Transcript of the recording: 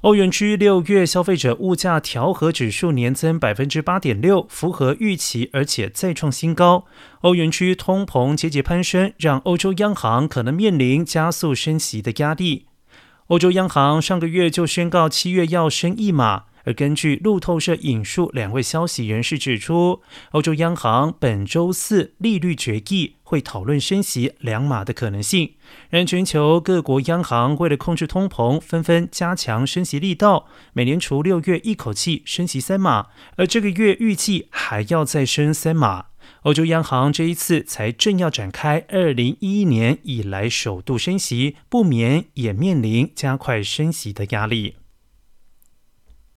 欧元区6月消费者物价调和指数年增 8.6%， 符合预期，而且再创新高。欧元区通膨节节攀升，让欧洲央行可能面临加速升息的压力。欧洲央行上个月就宣告7月要升1码，而根据路透社引述2位消息人士指出，欧洲央行本周四利率决议会讨论升息2码的可能性。然全球各国央行为了控制通膨，纷纷加强升息力道。美联储6月一口气升息3码，而这个月预计还要再升3码。欧洲央行这一次才正要展开2011年以来首度升息，不免也面临加快升息的压力。